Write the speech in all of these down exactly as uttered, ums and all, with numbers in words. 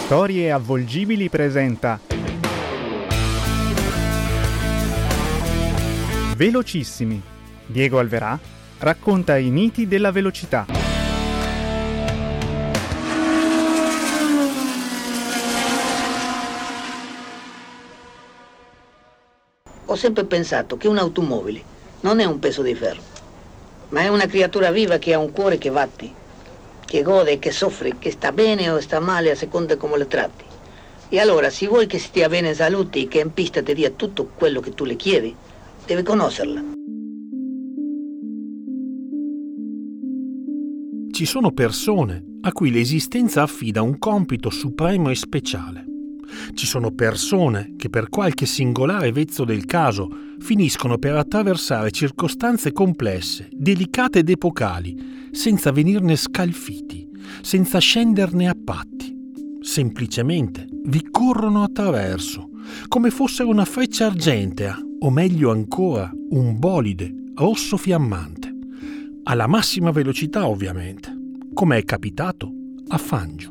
Storie Avvolgibili presenta Velocissimi. Diego Alverà racconta i miti della velocità. Ho sempre pensato che un'automobile non è un pezzo di ferro, ma è una creatura viva che ha un cuore che batte, che gode, che soffre, che sta bene o sta male a seconda come le tratti. E allora, se vuoi che stia bene in salute e che in pista ti dia tutto quello che tu le chiedi, devi conoscerla. Ci sono persone a cui l'esistenza affida un compito supremo e speciale. Ci sono persone che per qualche singolare vezzo del caso finiscono per attraversare circostanze complesse, delicate ed epocali, senza venirne scalfiti, senza scenderne a patti. Semplicemente vi corrono attraverso, come fossero una freccia argentea, o meglio ancora, un bolide rosso fiammante. Alla massima velocità, ovviamente, come è capitato a Fangio.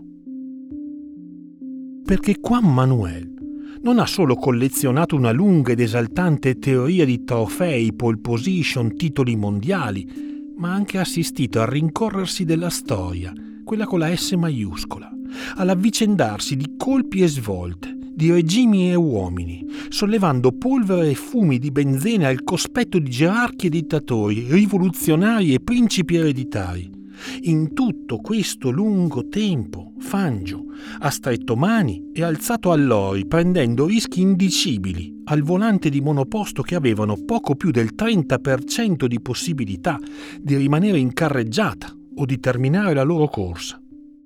Perché Juan Manuel non ha solo collezionato una lunga ed esaltante teoria di trofei, pole position, titoli mondiali, ma ha anche assistito al rincorrersi della storia, quella con la S maiuscola, all'avvicendarsi di colpi e svolte, di regimi e uomini, sollevando polvere e fumi di benzene al cospetto di gerarchi e dittatori, rivoluzionari e principi ereditari. In tutto questo lungo tempo, Fangio ha stretto mani e alzato all'ori, prendendo rischi indicibili al volante di monoposto che avevano poco più del trenta per cento di possibilità di rimanere in carreggiata o di terminare la loro corsa.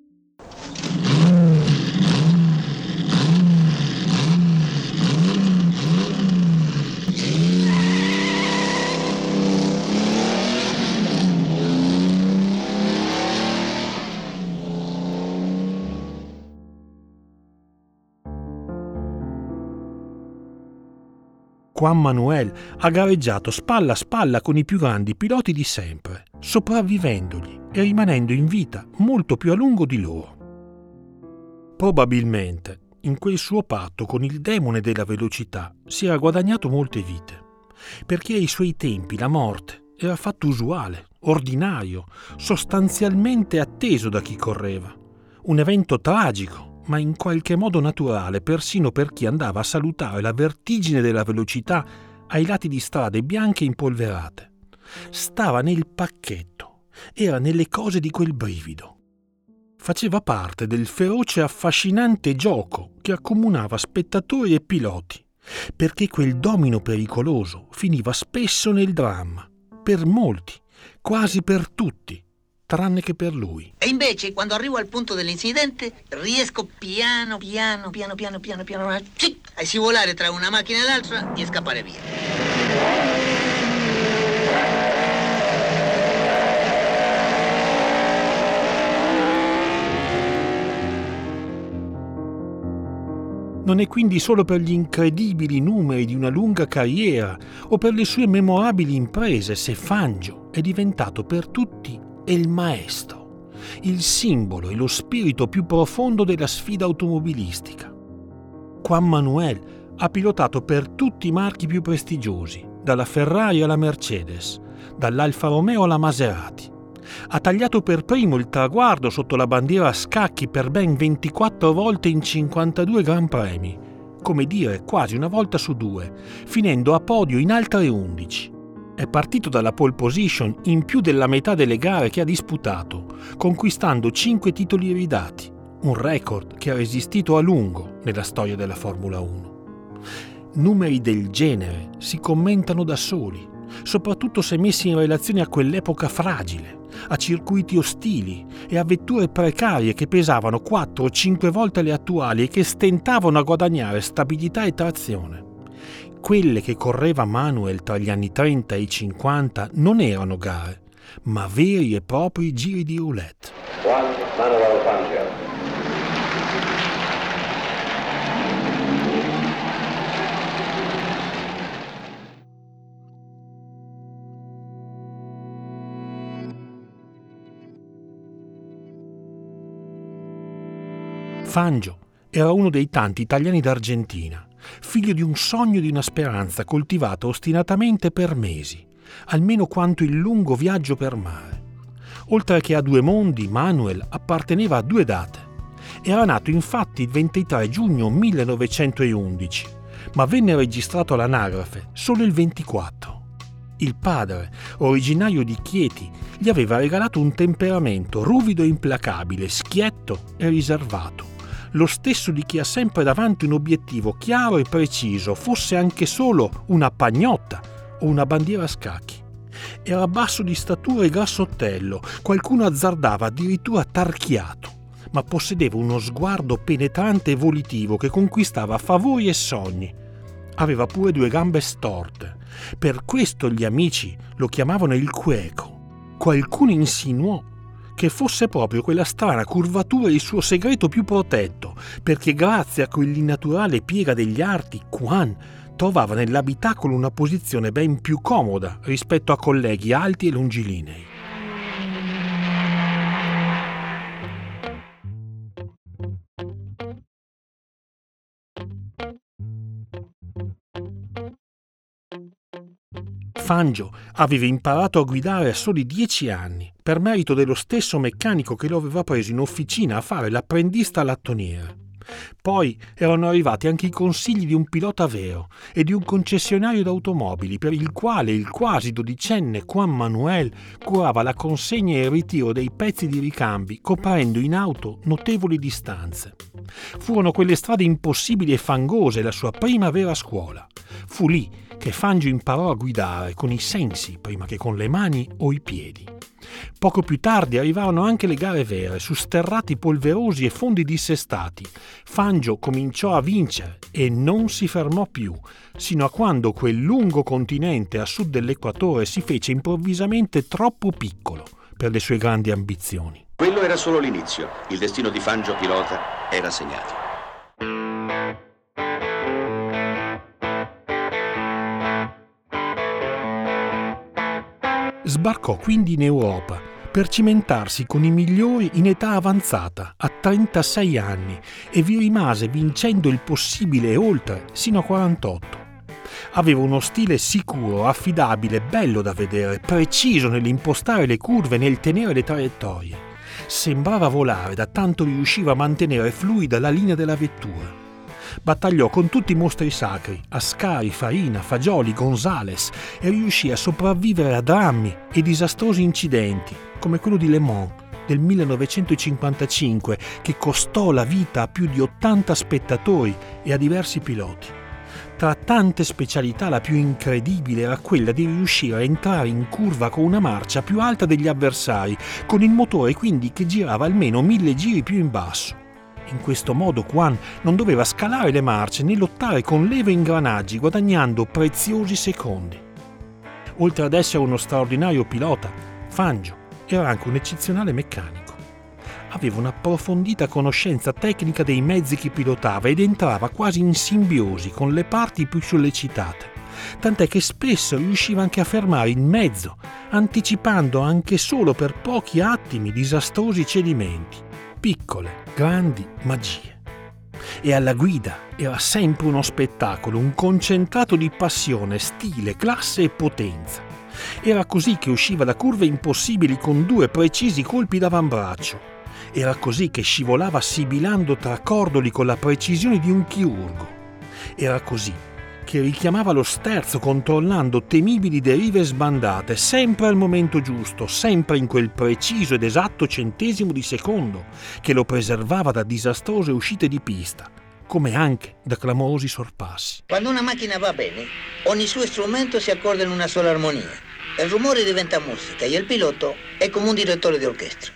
Juan Manuel ha gareggiato spalla a spalla con i più grandi piloti di sempre, sopravvivendogli e rimanendo in vita molto più a lungo di loro. Probabilmente, in quel suo patto con il demone della velocità, si era guadagnato molte vite, perché ai suoi tempi la morte era fatto usuale, ordinario, sostanzialmente atteso da chi correva. Un evento tragico, ma in qualche modo naturale, persino per chi andava a salutare la vertigine della velocità ai lati di strade bianche impolverate. Stava nel pacchetto, era nelle cose di quel brivido. Faceva parte del feroce e affascinante gioco che accomunava spettatori e piloti, perché quel domino pericoloso finiva spesso nel dramma, per molti, quasi per tutti, tranne che per lui. E invece, quando arrivo al punto dell'incidente, riesco piano, piano, piano, piano, piano, piano, a scivolare tra una macchina e l'altra e scappare via. Non è quindi solo per gli incredibili numeri di una lunga carriera o per le sue memorabili imprese se Fangio è diventato per tutti il maestro, il simbolo e lo spirito più profondo della sfida automobilistica. Juan Manuel ha pilotato per tutti i marchi più prestigiosi, dalla Ferrari alla Mercedes, dall'Alfa Romeo alla Maserati. Ha tagliato per primo il traguardo sotto la bandiera a scacchi per ben ventiquattro volte in cinquantadue Gran Premi, come dire quasi una volta su due, finendo a podio in altre undici. È partito dalla pole position in più della metà delle gare che ha disputato, conquistando cinque titoli ridati, un record che ha resistito a lungo nella storia della Formula uno. Numeri del genere si commentano da soli, soprattutto se messi in relazione a quell'epoca fragile, a circuiti ostili e a vetture precarie che pesavano quattro o cinque volte le attuali e che stentavano a guadagnare stabilità e trazione. Quelle che correva Manuel tra gli anni trenta e i cinquanta non erano gare, ma veri e propri giri di roulette. Juan Manuel Fangio. Fangio era uno dei tanti italiani d'Argentina, figlio di un sogno e di una speranza coltivata ostinatamente per mesi, almeno quanto il lungo viaggio per mare. Oltre che a due mondi, Manuel apparteneva a due date. Era nato infatti il ventitré giugno millenovecentoundici, ma venne registrato all'anagrafe solo il ventiquattro. Il padre, originario di Chieti, gli aveva regalato un temperamento ruvido e implacabile, schietto e riservato, lo stesso di chi ha sempre davanti un obiettivo chiaro e preciso, fosse anche solo una pagnotta o una bandiera a scacchi. Era basso di statura e grassottello, qualcuno azzardava addirittura tarchiato, ma possedeva uno sguardo penetrante e volitivo che conquistava favori e sogni. Aveva pure due gambe storte. Per questo gli amici lo chiamavano il cueco. Qualcuno insinuò che fosse proprio quella strana curvatura il suo segreto più protetto, perché grazie a quell'innaturale piega degli arti, Juan trovava nell'abitacolo una posizione ben più comoda rispetto a colleghi alti e longilinei. Fangio aveva imparato a guidare a soli dieci anni, per merito dello stesso meccanico che lo aveva preso in officina a fare l'apprendista lattoniere. Poi erano arrivati anche i consigli di un pilota vero e di un concessionario d'automobili per il quale il quasi dodicenne Juan Manuel curava la consegna e il ritiro dei pezzi di ricambi, coprendo in auto notevoli distanze. Furono quelle strade impossibili e fangose la sua prima vera scuola. Fu lì che Fangio imparò a guidare con i sensi prima che con le mani o i piedi. Poco più tardi arrivarono anche le gare vere su sterrati polverosi e fondi dissestati. Fangio cominciò a vincere e non si fermò più, sino a quando quel lungo continente a sud dell'equatore si fece improvvisamente troppo piccolo per le sue grandi ambizioni. Quello era solo l'inizio. Il destino di Fangio pilota era segnato. Sbarcò quindi in Europa per cimentarsi con i migliori in età avanzata, a trentasei anni, e vi rimase vincendo il possibile e oltre sino a quarantotto. Aveva uno stile sicuro, affidabile, bello da vedere, preciso nell'impostare le curve e nel tenere le traiettorie. Sembrava volare da tanto riusciva a mantenere fluida la linea della vettura. Battagliò con tutti i mostri sacri, Ascari, Farina, Fagioli, Gonzales, e riuscì a sopravvivere a drammi e disastrosi incidenti, come quello di Le Mans del millenovecentocinquantacinque, che costò la vita a più di ottanta spettatori e a diversi piloti. Tra tante specialità la più incredibile era quella di riuscire a entrare in curva con una marcia più alta degli avversari, con il motore quindi che girava almeno mille giri più in basso. In questo modo Juan non doveva scalare le marce né lottare con leve e ingranaggi, guadagnando preziosi secondi. Oltre ad essere uno straordinario pilota, Fangio era anche un eccezionale meccanico. Aveva un'approfondita conoscenza tecnica dei mezzi che pilotava ed entrava quasi in simbiosi con le parti più sollecitate, tant'è che spesso riusciva anche a fermare in mezzo, anticipando anche solo per pochi attimi disastrosi cedimenti. Piccole, grandi magie. E alla guida era sempre uno spettacolo, un concentrato di passione, stile, classe e potenza. Era così che usciva da curve impossibili con due precisi colpi d'avambraccio. Era così che scivolava sibilando tra cordoli con la precisione di un chirurgo. Era così che richiamava lo sterzo controllando temibili derive sbandate, sempre al momento giusto, sempre in quel preciso ed esatto centesimo di secondo che lo preservava da disastrose uscite di pista, come anche da clamorosi sorpassi. Quando una macchina va bene, ogni suo strumento si accorda in una sola armonia. Il rumore diventa musica e il pilota è come un direttore di orchestra.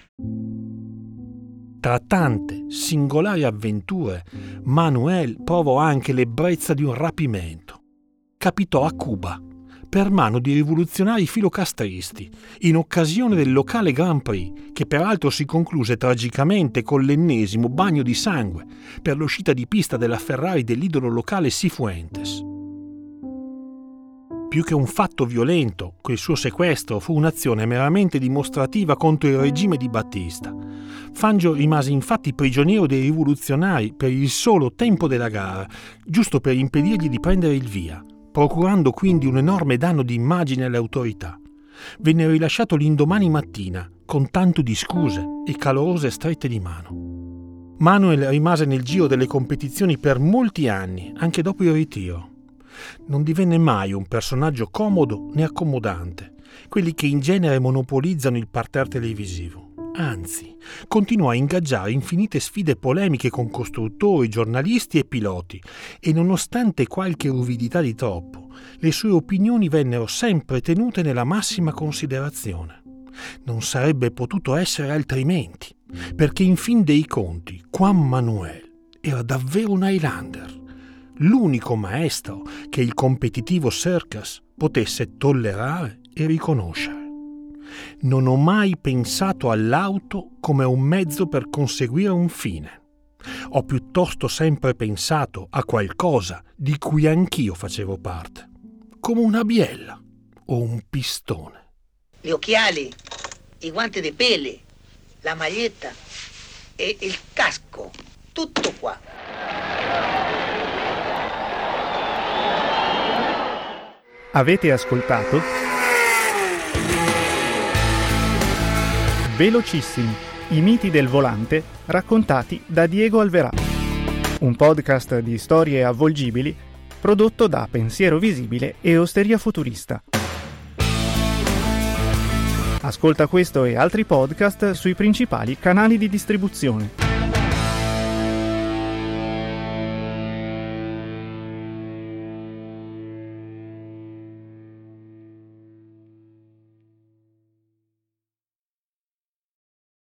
Tra tante singolari avventure, Manuel provò anche l'ebbrezza di un rapimento. Capitò a Cuba, per mano di rivoluzionari filocastristi, in occasione del locale Grand Prix, che peraltro si concluse tragicamente con l'ennesimo bagno di sangue per l'uscita di pista della Ferrari dell'idolo locale Cifuentes. Più che un fatto violento, quel suo sequestro fu un'azione meramente dimostrativa contro il regime di Battista. Fangio rimase infatti prigioniero dei rivoluzionari per il solo tempo della gara, giusto per impedirgli di prendere il via, procurando quindi un enorme danno di immagine alle autorità. Venne rilasciato l'indomani mattina, con tanto di scuse e calorose strette di mano. Manuel rimase nel giro delle competizioni per molti anni, anche dopo il ritiro. Non divenne mai un personaggio comodo né accomodante, quelli che in genere monopolizzano il parterre televisivo. Anzi, continuò a ingaggiare infinite sfide polemiche con costruttori, giornalisti e piloti, e nonostante qualche ruvidità di troppo, le sue opinioni vennero sempre tenute nella massima considerazione. Non sarebbe potuto essere altrimenti, perché in fin dei conti Juan Manuel era davvero un Highlander, l'unico maestro che il competitivo circus potesse tollerare e riconoscere. Non ho mai pensato all'auto come un mezzo per conseguire un fine. Ho piuttosto sempre pensato a qualcosa di cui anch'io facevo parte, come una biella o un pistone. Gli occhiali, i guanti di pelle, la maglietta e il casco, tutto qua. Avete ascoltato Velocissimi, i miti del volante raccontati da Diego Alverà, un podcast di storie avvolgibili prodotto da Pensiero Visibile e Osteria Futurista. Ascolta questo e altri podcast sui principali canali di distribuzione.